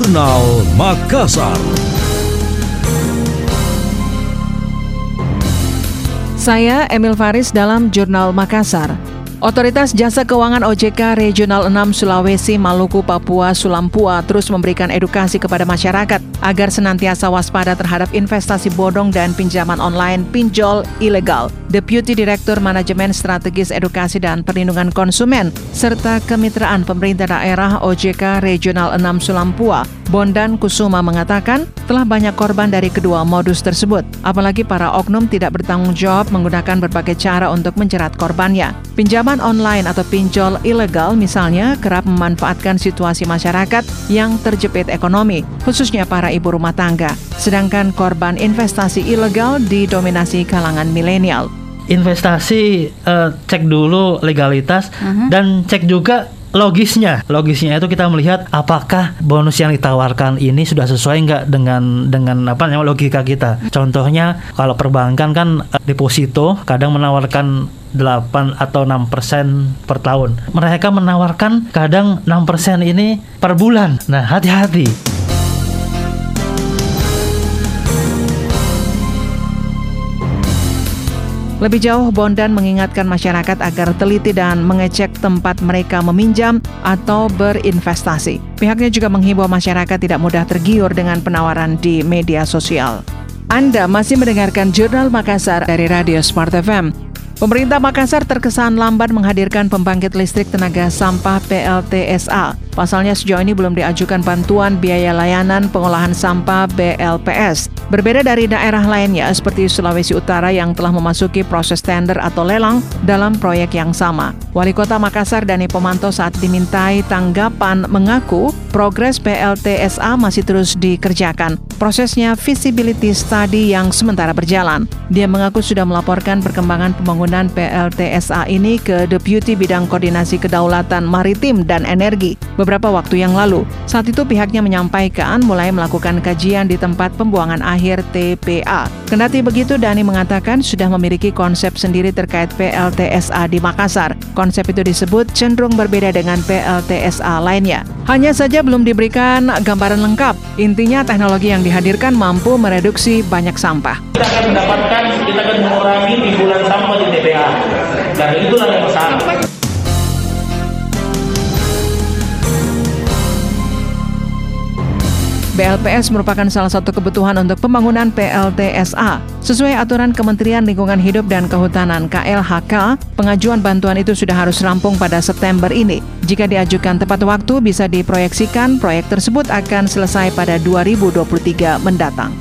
Jurnal Makassar. Saya Emil Faris dalam Jurnal Makassar. Otoritas Jasa Keuangan OJK Regional 6 Sulawesi, Maluku, Papua, Sulampua terus memberikan edukasi kepada masyarakat agar senantiasa waspada terhadap investasi bodong dan pinjaman online pinjol ilegal. Deputi Direktur Manajemen Strategis Edukasi dan Perlindungan Konsumen serta Kemitraan Pemerintah Daerah OJK Regional 6 Sulampua, Bondan Kusuma mengatakan telah banyak korban dari kedua modus tersebut. Apalagi para oknum tidak bertanggung jawab menggunakan berbagai cara untuk menjerat korbannya. Pinjaman online atau pinjol ilegal misalnya kerap memanfaatkan situasi masyarakat yang terjepit ekonomi, khususnya para ibu rumah tangga. Sedangkan korban investasi ilegal didominasi kalangan milenial. Investasi cek dulu legalitas dan cek juga logisnya itu kita melihat apakah bonus yang ditawarkan ini sudah sesuai nggak dengan logika kita. Contohnya kalau perbankan kan deposito kadang menawarkan 8 atau 6% per tahun. Mereka menawarkan kadang 6% ini per bulan. Nah, hati-hati. Lebih jauh, Bondan mengingatkan masyarakat agar teliti dan mengecek tempat mereka meminjam atau berinvestasi. Pihaknya juga menghimbau masyarakat tidak mudah tergiur dengan penawaran di media sosial. Anda masih mendengarkan Jurnal Makassar dari Radio Smart FM. Pemerintah Makassar terkesan lambat menghadirkan pembangkit listrik tenaga sampah PLTSA. Pasalnya sejauh ini belum diajukan bantuan biaya layanan pengolahan sampah BLPS. Berbeda dari daerah lainnya seperti Sulawesi Utara yang telah memasuki proses tender atau lelang dalam proyek yang sama. Wali Kota Makassar Dani Pomanto saat dimintai tanggapan mengaku progres PLTSA masih terus dikerjakan. Prosesnya feasibility study yang sementara berjalan. Dia mengaku sudah melaporkan perkembangan pembangunan PLTSA ini ke Deputi Bidang Koordinasi Kedaulatan Maritim dan Energi beberapa waktu yang lalu. Saat itu pihaknya menyampaikan mulai melakukan kajian di tempat pembuangan akhir TPA. Kendati begitu, Dani mengatakan sudah memiliki konsep sendiri terkait PLTSA di Makassar. Konsep itu disebut cenderung berbeda dengan PLTSA lainnya. Hanya saja belum diberikan gambaran lengkap. Intinya teknologi yang dihadirkan mampu mereduksi banyak sampah. Kita akan mengurangi timbulan sampah di TPA. Dan itulah yang besar. BLPS merupakan salah satu kebutuhan untuk pembangunan PLTSA. Sesuai aturan Kementerian Lingkungan Hidup dan Kehutanan KLHK, pengajuan bantuan itu sudah harus rampung pada September ini. Jika diajukan tepat waktu, bisa diproyeksikan proyek tersebut akan selesai pada 2023 mendatang.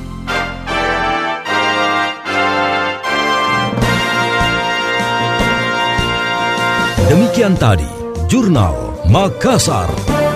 Demikian tadi Jurnal Makassar.